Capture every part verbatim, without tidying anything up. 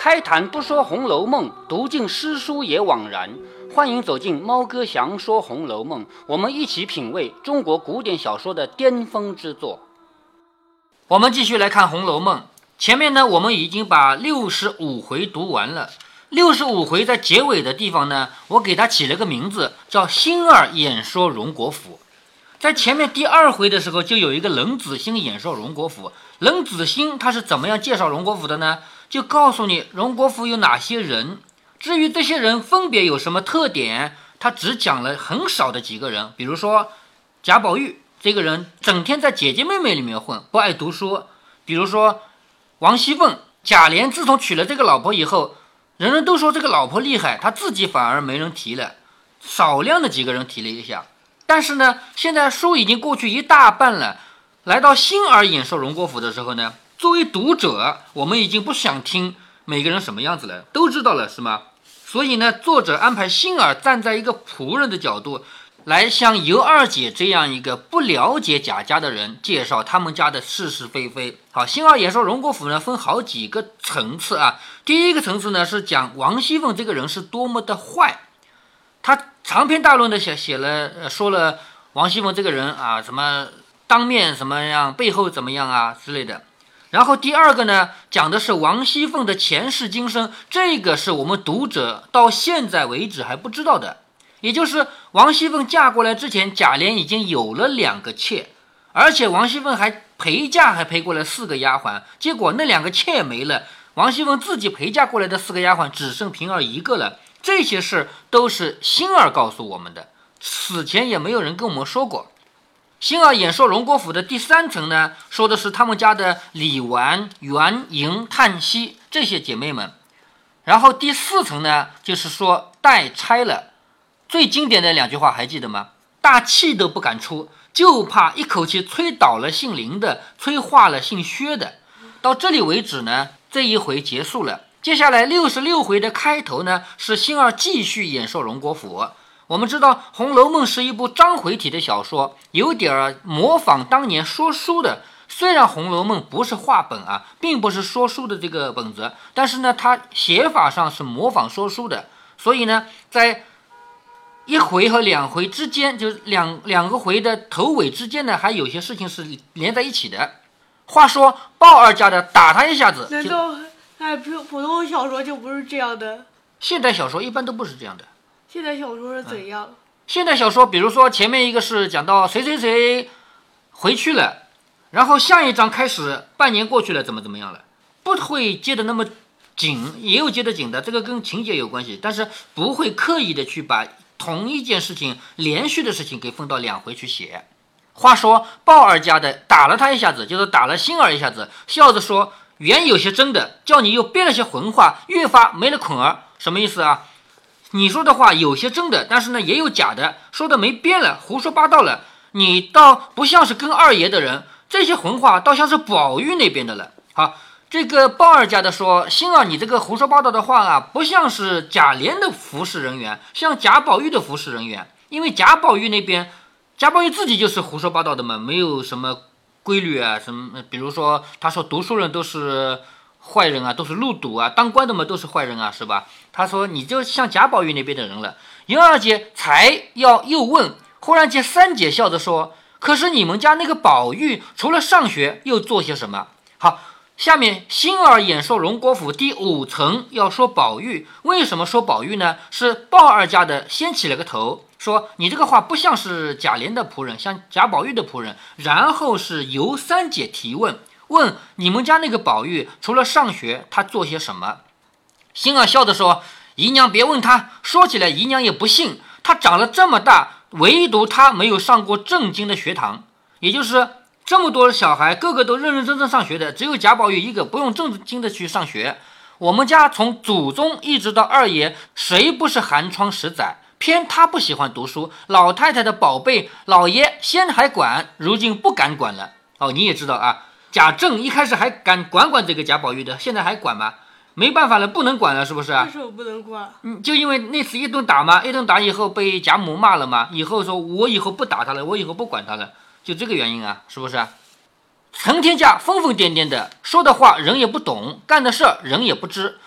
开坛不说《红楼梦》，读尽诗书也枉然。欢迎走进猫哥祥说《红楼梦》，我们一起品味中国古典小说的巅峰之作。我们继续来看《红楼梦》，前面呢，我们已经把六十五回读完了。六十五回在结尾的地方呢，我给它起了个名字，叫星儿演说荣国府。在前面第二回的时候，就有一个冷子兴演说荣国府。冷子兴他是怎么样介绍荣国府的呢？就告诉你荣国府有哪些人，至于这些人分别有什么特点，他只讲了很少的几个人。比如说贾宝玉这个人整天在姐姐妹妹里面混，不爱读书。比如说王熙凤，贾琏自从娶了这个老婆以后，人人都说这个老婆厉害，他自己反而没人提了，少量的几个人提了一下。但是呢，现在书已经过去一大半了，来到星儿演说荣国府的时候呢，作为读者，我们已经不想听每个人什么样子了，都知道了，是吗？所以呢，作者安排星儿站在一个仆人的角度，来向尤二姐这样一个不了解贾家的人介绍他们家的是是非非。好，星儿演说荣国府呢，分好几个层次啊。第一个层次呢，是讲王熙凤这个人是多么的坏，他长篇大论的写写了、呃、说了王熙凤这个人啊，什么当面什么样，背后怎么样啊之类的。然后第二个呢，讲的是王熙凤的前世今生，这个是我们读者到现在为止还不知道的。也就是王熙凤嫁过来之前，贾琏已经有了两个妾，而且王熙凤还陪嫁，还陪过来四个丫鬟，结果那两个妾没了，王熙凤自己陪嫁过来的四个丫鬟只剩平儿一个了。这些事都是星儿告诉我们的，此前也没有人跟我们说过。星儿演说荣国府的第三层呢，说的是他们家的李纨、元、莹、叹息这些姐妹们。然后第四层呢，就是说代差了。最经典的两句话还记得吗？大气都不敢出，就怕一口气吹倒了姓林的，吹化了姓薛的。到这里为止呢，这一回结束了。接下来六十六回的开头呢，是星儿继续演说荣国府。我们知道《红楼梦》是一部章回体的小说，有点模仿当年说书的。虽然《红楼梦》不是话本啊，并不是说书的这个本子，但是呢，它写法上是模仿说书的。所以呢，在一回和两回之间，就两两个回的头尾之间呢，还有些事情是连在一起的。话说鲍二家的打他一下子， 难道哎，普通小说就不是这样的？ 现代小说一般都不是这样的。 现代小说是怎样？嗯、 现代小说，比如说前面一个是讲到谁谁谁回去了，然后下一章开始半年过去了，怎么怎么样了，不会接的那么紧，也有接得紧的，这个跟情节有关系，但是不会刻意的去把同一件事情连续的事情给分到两回去写。话说鲍二家的打了他一下子，就是打了星儿一下子，笑着说原有些真的，叫你又编了些混话，越发没了捆儿。什么意思啊？你说的话有些真的，但是呢也有假的，说的没编了，胡说八道了。你倒不像是跟二爷的人，这些混话倒像是宝玉那边的了。好，这个鲍二家的说，星儿你这个胡说八道的话啊，不像是贾琏的服侍人员，像贾宝玉的服侍人员。因为贾宝玉那边，贾宝玉自己就是胡说八道的嘛，没有什么规律啊，什么，比如说他说读书人都是坏人啊，都是路赌啊，当官的嘛都是坏人啊，是吧？他说你就像贾宝玉那边的人了。尤二姐才要又问，忽然间三姐笑着说，可是你们家那个宝玉除了上学又做些什么？好，下面星儿演说荣国府第五层要说宝玉。为什么说宝玉呢？是鲍二家的先起了个头，说你这个话不像是贾琏的仆人，像贾宝玉的仆人。然后是尤三姐提问，问你们家那个宝玉除了上学他做些什么？星儿笑着说，姨娘别问他，说起来姨娘也不信，他长了这么大，唯独他没有上过正经的学堂。也就是这么多小孩个个都认认真真上学的，只有贾宝玉一个不用正经的去上学。我们家从祖宗一直到二爷，谁不是寒窗十载？偏他不喜欢读书，老太太的宝贝，老爷先还管，如今不敢管了。哦，你也知道啊，贾政一开始还敢管管这个贾宝玉的，现在还管吗？没办法了，不能管了，是不是？ 为什么不能管？ 嗯，就因为那次一顿打嘛，一顿打以后被贾母骂了嘛，以后说我以后不打他了，我以后不管他了，就这个原因啊，是不是？成天家疯疯癫癫的，说的话人也不懂，干的事儿人也不知。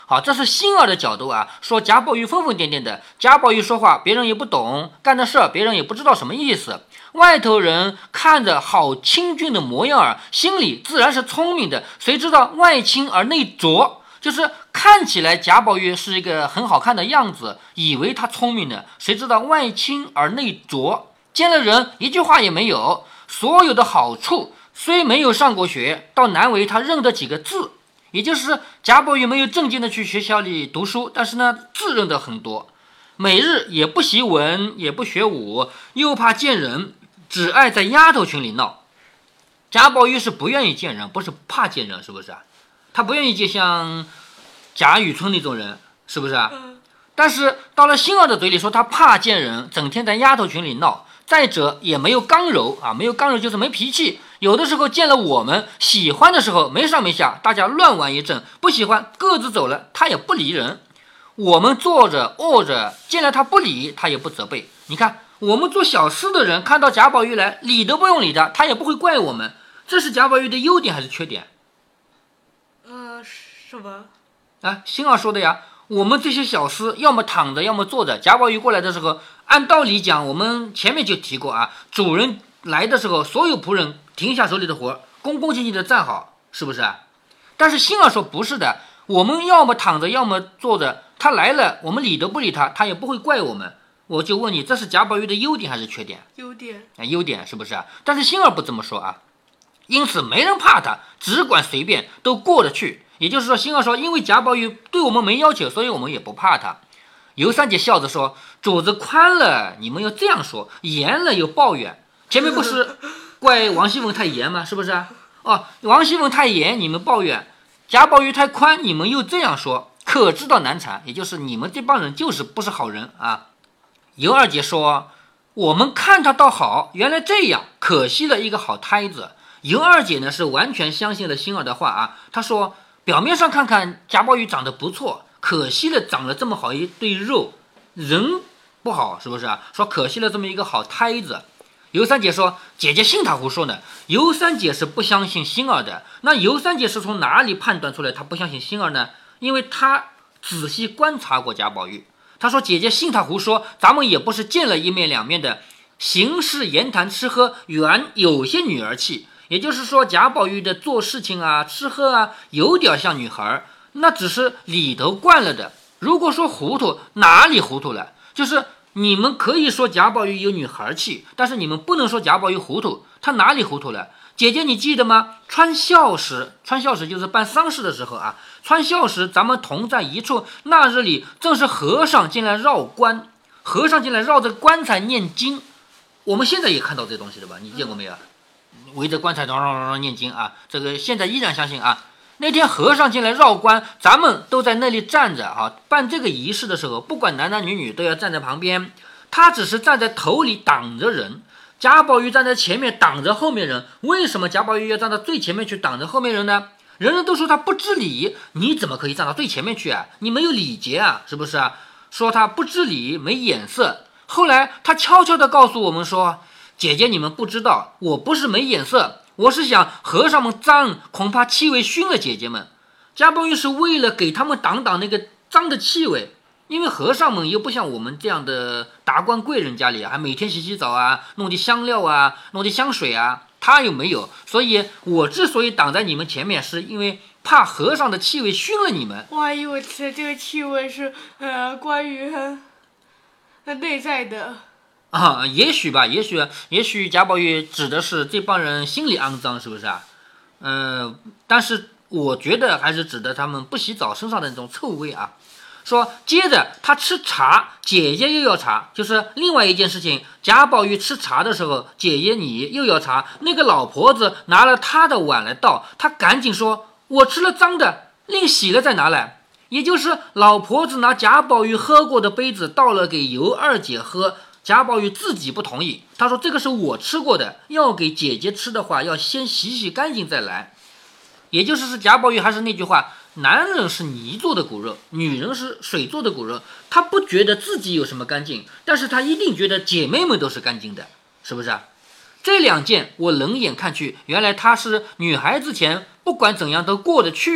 好，这是星儿的角度啊，说贾宝玉疯疯癫癫的，贾宝玉说话别人也不懂，干的事儿别人也不知道什么意思。外头人看着好清俊的模样儿，心里自然是聪明的，谁知道外清而内拙，就是看起来贾宝玉是一个很好看的样子，以为他聪明呢，谁知道外清而内拙，见了人一句话也没有，所有的好处虽没有上过学，倒难为他认得几个字。也就是贾宝玉没有正经的去学校里读书，但是呢字认得很多，每日也不习文也不学武，又怕见人，只爱在丫头群里闹。贾宝玉是不愿意见人，不是怕见人，是不是啊？他不愿意见像贾雨村那种人，是不是啊？但是到了星儿的嘴里说他怕见人，整天在丫头群里闹，再者也没有刚柔啊，没有刚柔就是没脾气，有的时候见了我们喜欢的时候没上没下，大家乱玩一阵，不喜欢各自走了，他也不理人。我们坐着卧着见了他不理，他也不责备。你看我们做小事的人看到贾宝玉来，理都不用理他，他也不会怪我们。这是贾宝玉的优点还是缺点？ 呃，什么啊，星儿说的呀，我们这些小厮要么躺着要么坐着。贾宝玉过来的时候，按道理讲我们前面就提过啊，主人来的时候所有仆人停下手里的活，恭恭敬敬的站好，是不是啊？但是星儿说不是的，我们要么躺着要么坐着，他来了我们理都不理他，他也不会怪我们。我就问你，这是贾宝玉的优点还是缺点？ 优点、 啊、优点是不是啊？但是星儿不这么说啊，因此没人怕他，只管随便都过得去。也就是说，星儿说因为贾宝玉对我们没要求，所以我们也不怕他。尤三姐笑着说，主子宽了你们又这样说，严了又抱怨。前面不是怪王熙凤太严吗？是不是啊？哦，王熙凤太严你们抱怨，贾宝玉太宽你们又这样说，可知道难缠。也就是你们这帮人就是不是好人啊。尤二姐说，我们看他倒好，原来这样，可惜了一个好胎子。尤二姐呢是完全相信了星儿的话啊，她说表面上看看贾宝玉长得不错，可惜了长了这么好一对肉，人不好，是不是啊？说可惜了这么一个好胎子。尤三姐说，姐姐信他胡说呢。尤三姐是不相信星儿的。那尤三姐是从哪里判断出来她不相信星儿呢？因为她仔细观察过贾宝玉。她说姐姐信他胡说，咱们也不是见了一面两面的，行事言谈吃喝原有些女儿气。也就是说贾宝玉的做事情啊吃喝啊有点像女孩，那只是里头惯了的。如果说糊涂，哪里糊涂了？就是你们可以说贾宝玉有女孩气，但是你们不能说贾宝玉糊涂，他哪里糊涂了？姐姐你记得吗？穿孝时，穿孝时就是办丧事的时候啊，穿孝时咱们同在一处，那日里正是和尚进来绕棺，和尚进来绕着棺材念经。我们现在也看到这东西的吧？你见过没有？围着棺材嚷嚷嚷嚷念经啊，这个现在依然相信啊。那天和尚进来绕棺，咱们都在那里站着啊，办这个仪式的时候，不管男男女女都要站在旁边，他只是站在头里挡着人。贾宝玉站在前面挡着后面人，为什么贾宝玉要站到最前面去挡着后面人呢？人人都说他不知礼，你怎么可以站到最前面去啊？你没有礼节啊，是不是啊？说他不知礼没眼色。后来他悄悄地告诉我们说，姐姐你们不知道，我不是没眼色，我是想和尚们脏，恐怕气味熏了姐姐们。贾宝玉是为了给他们挡挡那个脏的气味，因为和尚们又不像我们这样的达官贵人家里还每天洗洗澡啊，弄点香料啊，弄点香水啊，他又没有。所以我之所以挡在你们前面，是因为怕和尚的气味熏了你们。 我还以为这个气味是呃关于呃内在的啊，也许吧，也许也许贾宝玉指的是这帮人心里肮脏，是不是啊？嗯、呃，但是我觉得还是指的他们不洗澡身上的那种臭味啊。说接着他吃茶，姐姐又要茶，就是另外一件事情。贾宝玉吃茶的时候，姐姐你又要茶，那个老婆子拿了他的碗来倒，他赶紧说，我吃了脏的，另洗了再拿来。也就是老婆子拿贾宝玉喝过的杯子倒了给尤二姐喝，贾宝玉自己不同意，他说这个是我吃过的，要给姐姐吃的话要先洗洗干净再来。也就是是贾宝玉还是那句话，男人是泥做的骨肉，女人是水做的骨肉，他不觉得自己有什么干净，但是他一定觉得姐妹们都是干净的，是不是啊？这两件我冷眼看去，原来他是女孩子前不管怎样都过得去的，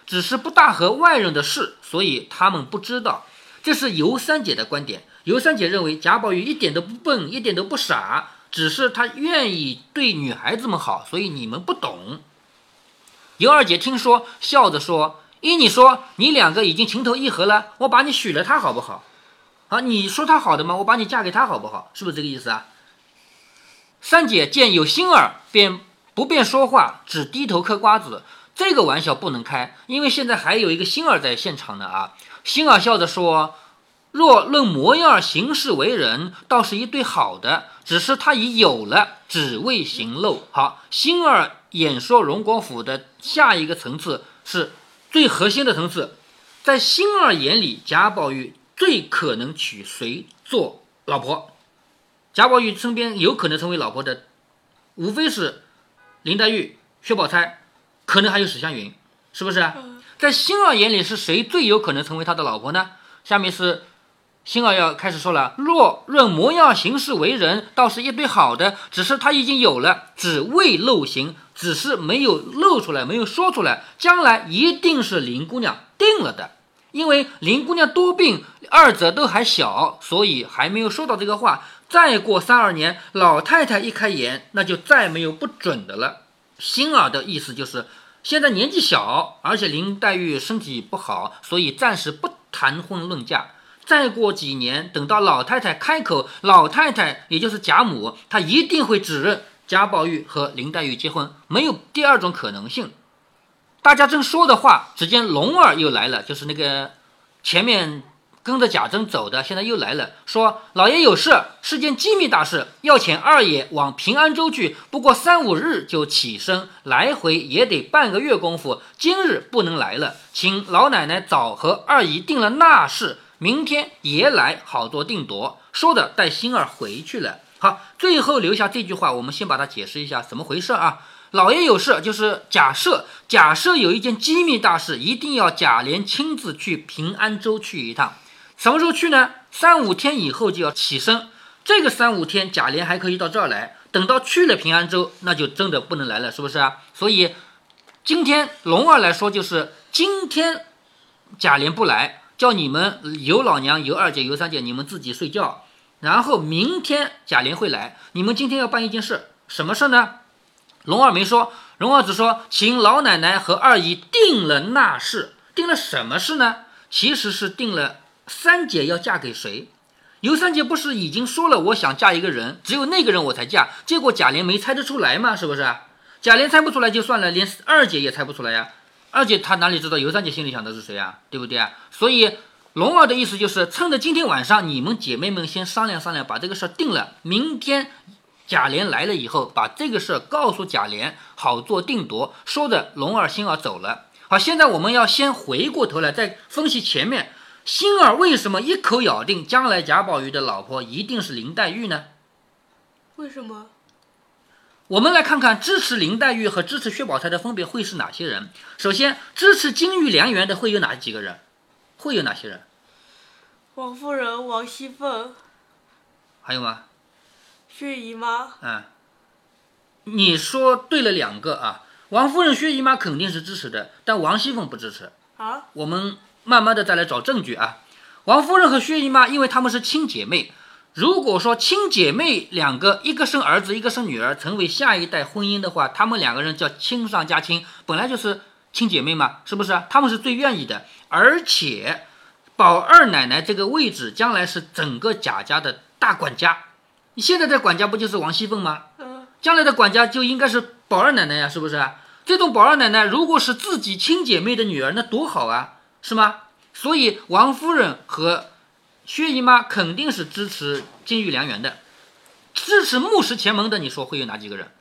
只是不大和外人的事，所以他们不知道。这是尤三姐的观点。尤三姐认为贾宝玉一点都不笨，一点都不傻，只是他愿意对女孩子们好，所以你们不懂。尤二姐听说，笑着说：“依你说，你两个已经情投意合了，我把你许了他好不好？啊，你说他好的吗？我把你嫁给他好不好？是不是这个意思啊？”三姐见有心儿，便不便说话，只低头嗑瓜子。这个玩笑不能开，因为现在还有一个心儿在现场呢啊！心儿笑着说：“若论模样行事为人，倒是一对好的，只是他已有了，只为行漏。”好，心儿演说荣国府的下一个层次是最核心的层次，在心儿眼里，贾宝玉最可能娶谁做老婆？贾宝玉身边有可能成为老婆的，无非是林黛玉、薛宝钗，可能还有史湘云，是不是？在心儿眼里是谁最有可能成为他的老婆呢？下面是心儿要开始说了：“若论模样行事为人，倒是一对好的，只是他已经有了，只未露形，只是没有露出来，没有说出来，将来一定是林姑娘定了的。因为林姑娘多病，二者都还小，所以还没有说到这个话。再过三二年，老太太一开言，那就再没有不准的了。”心儿的意思就是现在年纪小，而且林黛玉身体不好，所以暂时不谈婚论嫁。再过几年，等到老太太开口，老太太也就是贾母，她一定会指认贾宝玉和林黛玉结婚，没有第二种可能性。大家正说的话，只见龙儿又来了，就是那个前面跟着贾珍走的，现在又来了，说：“老爷有事，是件机密大事，要遣二爷往平安州去，不过三五日就起身，来回也得半个月功夫，今日不能来了，请老奶奶早和二姨定了那事，明天爷来，好做定夺。”说的带心儿回去了。好，最后留下这句话，我们先把它解释一下怎么回事啊。老爷有事，就是假设假设有一件机密大事，一定要贾琏亲自去平安州去一趟。什么时候去呢？三五天以后就要起身。这个三五天，贾琏还可以到这儿来。等到去了平安州，那就真的不能来了，是不是啊？所以今天龙儿来说，就是今天贾琏不来，叫你们尤老娘、尤二姐、尤三姐你们自己睡觉。然后明天贾琏会来，你们今天要办一件事，什么事呢？龙儿没说，龙儿只说请老奶奶和二姨定了那事。定了什么事呢？其实是定了三姐要嫁给谁。尤三姐不是已经说了我想嫁一个人，只有那个人我才嫁，结果贾琏没猜得出来嘛，是不是？贾琏猜不出来就算了，连二姐也猜不出来呀。二姐她哪里知道尤三姐心里想的是谁啊？对不对啊？所以龙儿的意思就是趁着今天晚上你们姐妹们先商量商量，把这个事定了，明天贾琏来了以后，把这个事告诉贾琏，好做定夺。说着龙儿心儿走了。好，现在我们要先回过头来再分析前面心儿为什么一口咬定将来贾宝玉的老婆一定是林黛玉呢？ 为什么？ 我们来看看支持林黛玉和支持薛宝钗的分别会是哪些人。首先，支持金玉良缘的会有哪几个人？会有哪些人？ 王夫人、王熙凤， 还有吗？ 薛姨妈。 嗯，你说对了两个啊。王夫人、薛姨妈肯定是支持的，但王熙凤不支持啊。 我们慢慢的再来找证据啊。王夫人和薛姨妈，因为她们是亲姐妹，如果说亲姐妹两个，一个生儿子，一个生女儿，成为下一代婚姻的话，她们两个人叫亲上加亲，本来就是亲姐妹嘛，是不是？她们是最愿意的，而且宝二奶奶这个位置，将来是整个贾家的大管家。你现在的管家不就是王熙凤吗？ 嗯， 将来的管家就应该是宝二奶奶呀，是不是？这种宝二奶奶如果是自己亲姐妹的女儿，那多好啊，是吗？所以王夫人和薛姨妈肯定是支持金玉良缘的。支持木石前盟的，你说会有哪几个人？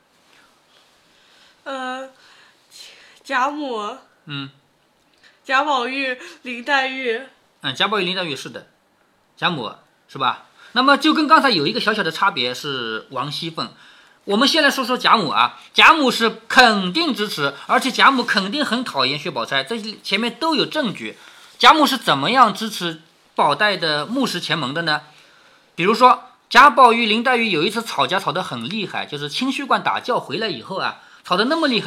呃，贾母， 嗯， 贾宝玉、林黛玉。 嗯，贾宝玉、林黛玉是的，贾母是吧？那么就跟刚才有一个小小的差别是王熙凤。我们先来说说贾母啊，贾母是肯定支持，而且贾母肯定很讨厌薛宝钗，这前面都有证据。贾母是怎么样支持宝黛的木石前盟的呢？比如说贾宝玉、林黛玉有一次吵架吵得很厉害，就是清虚观打醮回来以后啊，吵得那么厉害，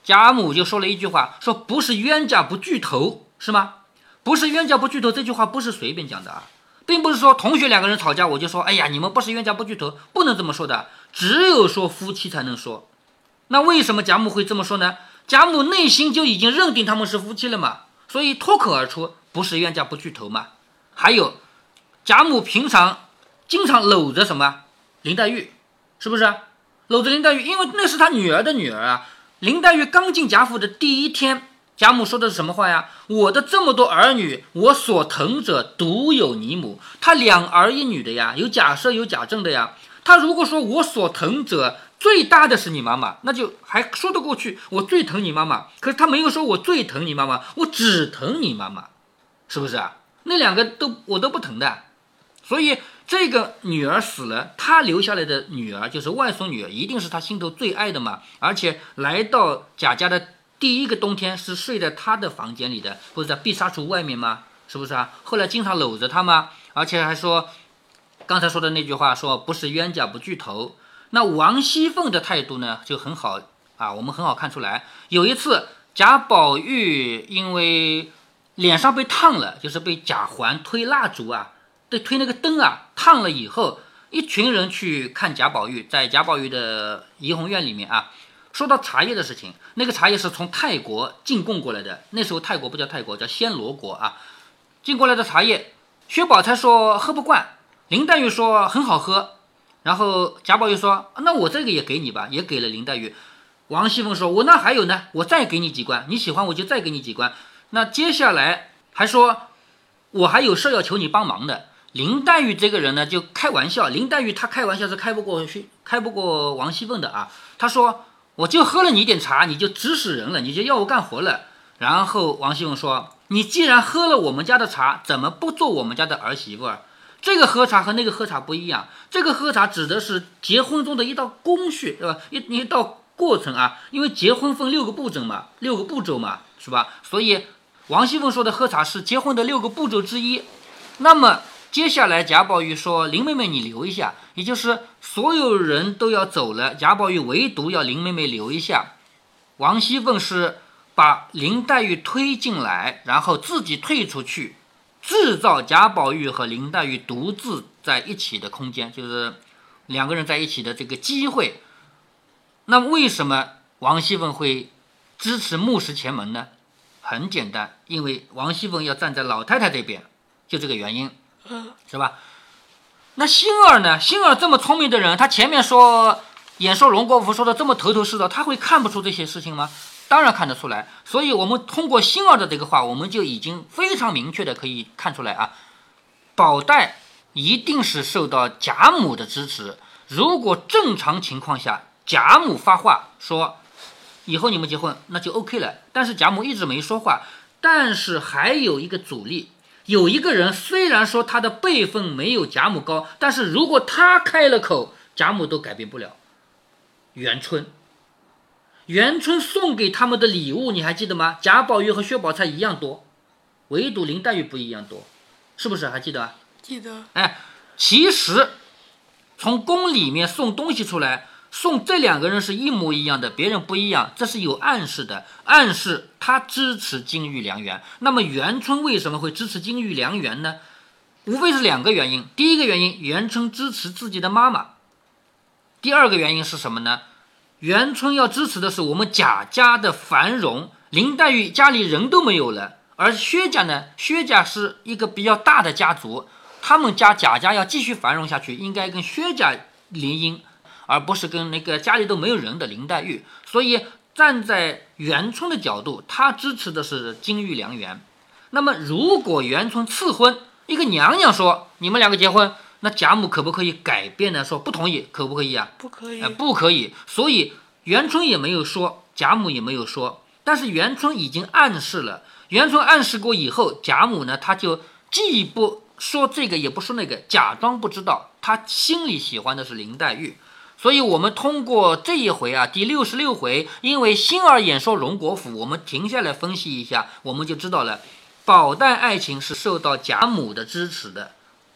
贾母就说了一句话，说不是冤家不聚头，是吗？不是冤家不聚头，这句话不是随便讲的啊，并不是说同学两个人吵架我就说，哎呀，你们不是冤家不聚头，不能这么说的，只有说夫妻才能说。那为什么贾母会这么说呢？贾母内心就已经认定他们是夫妻了嘛，所以脱口而出，不是冤家不聚头嘛。还有，贾母平常经常搂着什么林黛玉，是不是？搂着林黛玉，因为那是他女儿的女儿啊。林黛玉刚进贾府的第一天，贾母说的是什么话呀？我的这么多儿女，我所疼者独有你母。他两儿一女的呀，有贾赦有贾政的呀。他如果说我所疼者最大的是你妈妈，那就还说得过去，我最疼你妈妈。可是他没有说我最疼你妈妈，我只疼你妈妈，是不是啊？那两个都我都不疼的。所以这个女儿死了，她留下来的女儿就是外孙女儿，一定是她心头最爱的嘛。而且来到贾家的第一个冬天是睡在她的房间里的，不是在碧纱橱外面吗？是不是啊？后来经常搂着她嘛，而且还说刚才说的那句话，说不是冤家不聚头。那王熙凤的态度呢就很好啊，我们很好看出来。有一次贾宝玉因为脸上被烫了，就是被贾环推蜡烛啊，对，推那个灯啊，烫了以后，一群人去看贾宝玉，在贾宝玉的怡红院里面啊，说到茶叶的事情，那个茶叶是从泰国进贡过来的，那时候泰国不叫泰国，叫暹罗国啊，进过来的茶叶，薛宝钗说喝不惯，林黛玉说很好喝，然后贾宝玉说那我这个也给你吧，也给了林黛玉。王熙凤说我那还有呢，我再给你几罐，你喜欢我就再给你几罐。那接下来还说我还有事要求你帮忙的。林黛玉这个人呢就开玩笑，林黛玉她开玩笑是开不过开不过王熙凤的啊。她说我就喝了你一点茶，你就指使人了，你就要我干活了。然后王熙凤说你既然喝了我们家的茶，怎么不做我们家的儿媳妇儿？这个喝茶和那个喝茶不一样，这个喝茶指的是结婚中的一道工序，对吧？一一道过程啊，因为结婚分六个步骤嘛，六个步骤嘛，是吧？所以王熙凤说的喝茶是结婚的六个步骤之一。那么接下来贾宝玉说林妹妹你留一下，也就是所有人都要走了，贾宝玉唯独要林妹妹留一下。王熙凤是把林黛玉推进来，然后自己退出去，制造贾宝玉和林黛玉独自在一起的空间，就是两个人在一起的这个机会。那为什么王熙凤会支持木石前门呢？很简单，因为王熙凤要站在老太太这边，就这个原因，是吧？那星儿呢？星儿这么聪明的人，他前面说演说荣国府说的这么头头是道，他会看不出这些事情吗？当然看得出来。所以我们通过星儿的这个话，我们就已经非常明确的可以看出来啊，宝黛一定是受到贾母的支持。如果正常情况下贾母发话说以后你们结婚，那就 OK 了，但是贾母一直没说话。但是还有一个阻力，有一个人虽然说他的辈分没有贾母高，但是如果他开了口，贾母都改变不了。元春，元春送给他们的礼物你还记得吗？贾宝玉和薛宝钗一样多，唯独林黛玉不一样多，是不是还记得？ 记得。 哎，其实从宫里面送东西出来，送这两个人是一模一样的，别人不一样，这是有暗示的，暗示他支持金玉良缘。那么元春为什么会支持金玉良缘呢？无非是两个原因。第一个原因，元春支持自己的妈妈。第二个原因是什么呢？元春要支持的是我们贾家的繁荣，林黛玉家里人都没有了，而薛家呢，薛家是一个比较大的家族，他们家贾家要继续繁荣下去，应该跟薛家联姻，而不是跟那个家里都没有人的林黛玉。所以站在元春的角度，他支持的是金玉良缘。那么如果元春赐婚，一个娘娘说你们两个结婚，那贾母可不可以改变呢？说不同意，可不可以啊？ 不可以、 呃，不可以。所以元春也没有说，贾母也没有说，但是元春已经暗示了。元春暗示过以后，贾母呢，他就既不说这个也不说那个，假装不知道，他心里喜欢的是林黛玉。所以我们通过这一回啊，第六十六回，因为星儿演说荣国府，我们停下来分析一下，我们就知道了，宝黛爱情是受到贾母的支持的。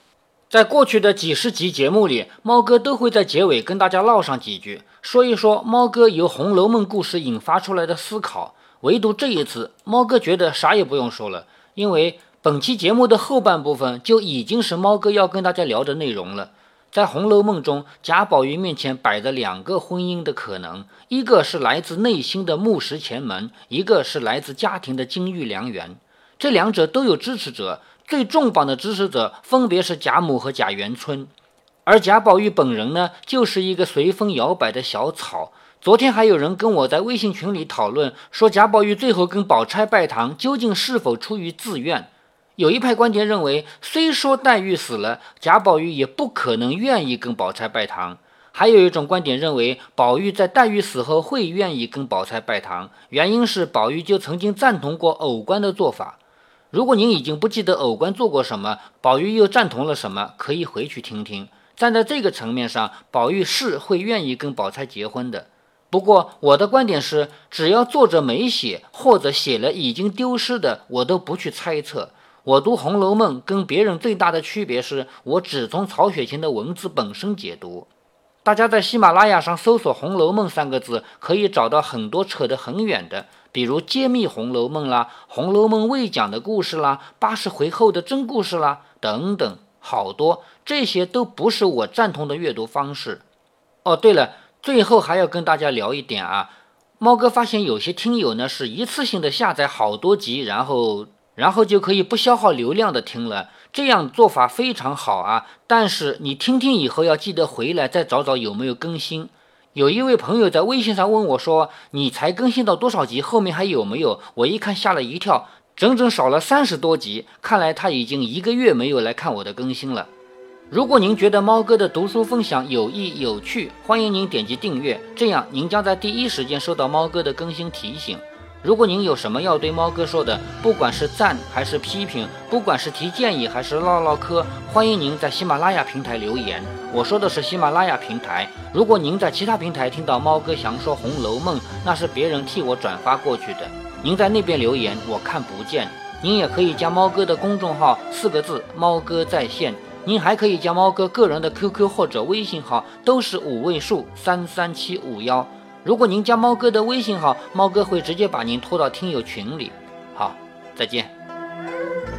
在过去的几十集节目里，猫哥都会在结尾跟大家唠上几句，说一说猫哥由《红楼梦》故事引发出来的思考。唯独这一次，猫哥觉得啥也不用说了，因为本期节目的后半部分就已经是猫哥要跟大家聊的内容了。在《红楼梦》中，贾宝玉面前摆着两个婚姻的可能，一个是来自内心的木石前门，一个是来自家庭的金玉良缘。这两者都有支持者，最重磅的支持者分别是贾母和贾元春，而贾宝玉本人呢，就是一个随风摇摆的小草。昨天还有人跟我在微信群里讨论，说贾宝玉最后跟宝钗拜堂究竟是否出于自愿。有一派观点认为，虽说黛玉死了，贾宝玉也不可能愿意跟宝钗拜堂。还有一种观点认为，宝玉在黛玉死后会愿意跟宝钗拜堂，原因是宝玉就曾经赞同过藕官的做法。如果您已经不记得藕官做过什么，宝玉又赞同了什么，可以回去听听。站在这个层面上，宝玉是会愿意跟宝钗结婚的。不过我的观点是，只要作者没写，或者写了已经丢失的，我都不去猜测。我读《红楼梦》跟别人最大的区别是，我只从曹雪芹的文字本身解读。大家在喜马拉雅上搜索《红楼梦》三个字，可以找到很多扯得很远的，比如揭秘《红楼梦》啦，《红楼梦》未讲的故事啦，八十回后的真故事啦，等等，好多，这些都不是我赞同的阅读方式。哦，对了，最后还要跟大家聊一点啊，猫哥发现有些听友呢是一次性的下载好多集，然后然后就可以不消耗流量的听了，这样做法非常好啊，但是你听听以后要记得回来再找找有没有更新。有一位朋友在微信上问我说，你才更新到多少集，后面还有没有？我一看吓了一跳，整整少了三十多集，看来他已经一个月没有来看我的更新了。如果您觉得猫哥的读书分享有益有趣，欢迎您点击订阅，这样您将在第一时间收到猫哥的更新提醒。如果您有什么要对猫哥说的，不管是赞还是批评，不管是提建议还是唠唠嗑，欢迎您在喜马拉雅平台留言。我说的是喜马拉雅平台，如果您在其他平台听到猫哥详说《红楼梦》，那是别人替我转发过去的，您在那边留言我看不见。您也可以加猫哥的公众号，四个字，猫哥在线。您还可以加猫哥个人的 Q Q 或者微信号，都是五位数三三七五一。如果您加猫哥的微信号，猫哥会直接把您拖到听友群里。好，再见。